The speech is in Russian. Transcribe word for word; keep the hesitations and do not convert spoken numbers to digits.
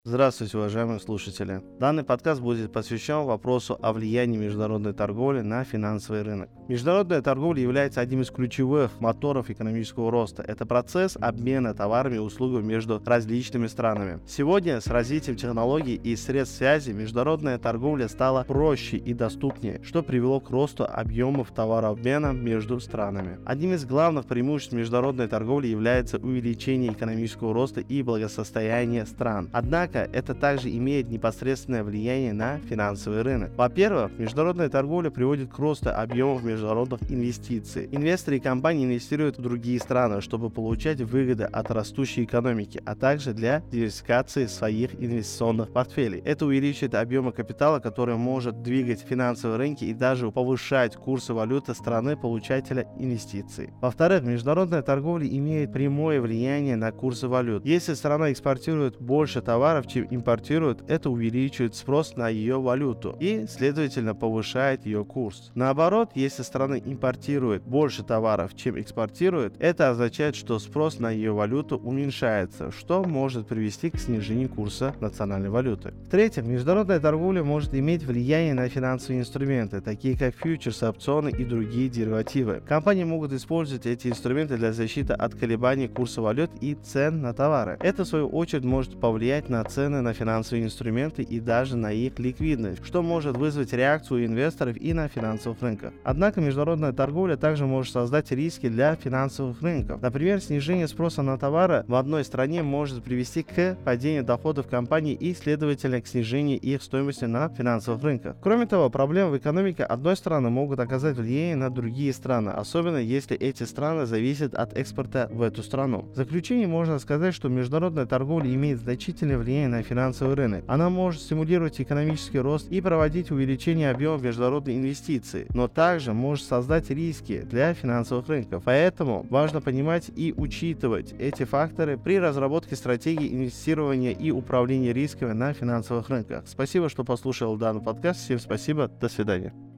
Здравствуйте, уважаемые слушатели. Данный подкаст будет посвящен вопросу о влиянии международной торговли на финансовый рынок. Международная торговля является одним из ключевых моторов экономического роста. Это процесс обмена товарами и услугами между различными странами. Сегодня с развитием технологий и средств связи международная торговля стала проще и доступнее, что привело к росту объемов товарообмена между странами. Одним из главных преимуществ международной торговли является увеличение экономического роста и благосостояния стран. Однако это также имеет непосредственное влияние на финансовый рынок. Во-первых, международная торговля приводит к росту объемов международных инвестиций. Инвесторы и компании инвестируют в другие страны, чтобы получать выгоды от растущей экономики, а также для диверсификации своих инвестиционных портфелей. Это увеличивает объемы капитала, который может двигать финансовые рынки и даже повышать курсы валюты страны получателя инвестиций. Во-вторых, международная торговля имеет прямое влияние на курсы валют. Если страна экспортирует больше товаров, чем импортирует, это увеличивает спрос на ее валюту и, следовательно, повышает ее курс. Наоборот, если страна импортирует больше товаров, чем экспортирует, это означает, что спрос на ее валюту уменьшается, что может привести к снижению курса национальной валюты. В-третьих, международная торговля может иметь влияние на финансовые инструменты, такие как фьючерсы, опционы и другие деривативы. Компании могут использовать эти инструменты для защиты от колебаний курса валют и цен на товары. Это, в свою очередь, может повлиять на цены на финансовые инструменты и даже на их ликвидность, что может вызвать реакцию инвесторов и на финансовых рынках. Однако международная торговля также может создать риски для финансовых рынков. Например, снижение спроса на товары в одной стране может привести к падению доходов компаний и, следовательно, к снижению их стоимости на финансовых рынках. Кроме того, проблемы в экономике одной страны могут оказать влияние на другие страны, особенно если эти страны зависят от экспорта в эту страну. В заключение можно сказать, что международная торговля имеет значительное влияние на финансовый рынок. Она может стимулировать экономический рост и проводить увеличение объемов международных инвестиций, но также может создать риски для финансовых рынков. Поэтому важно понимать и учитывать эти факторы при разработке стратегии инвестирования и управления рисками на финансовых рынках. Спасибо, что послушал данный подкаст. Всем спасибо. До свидания.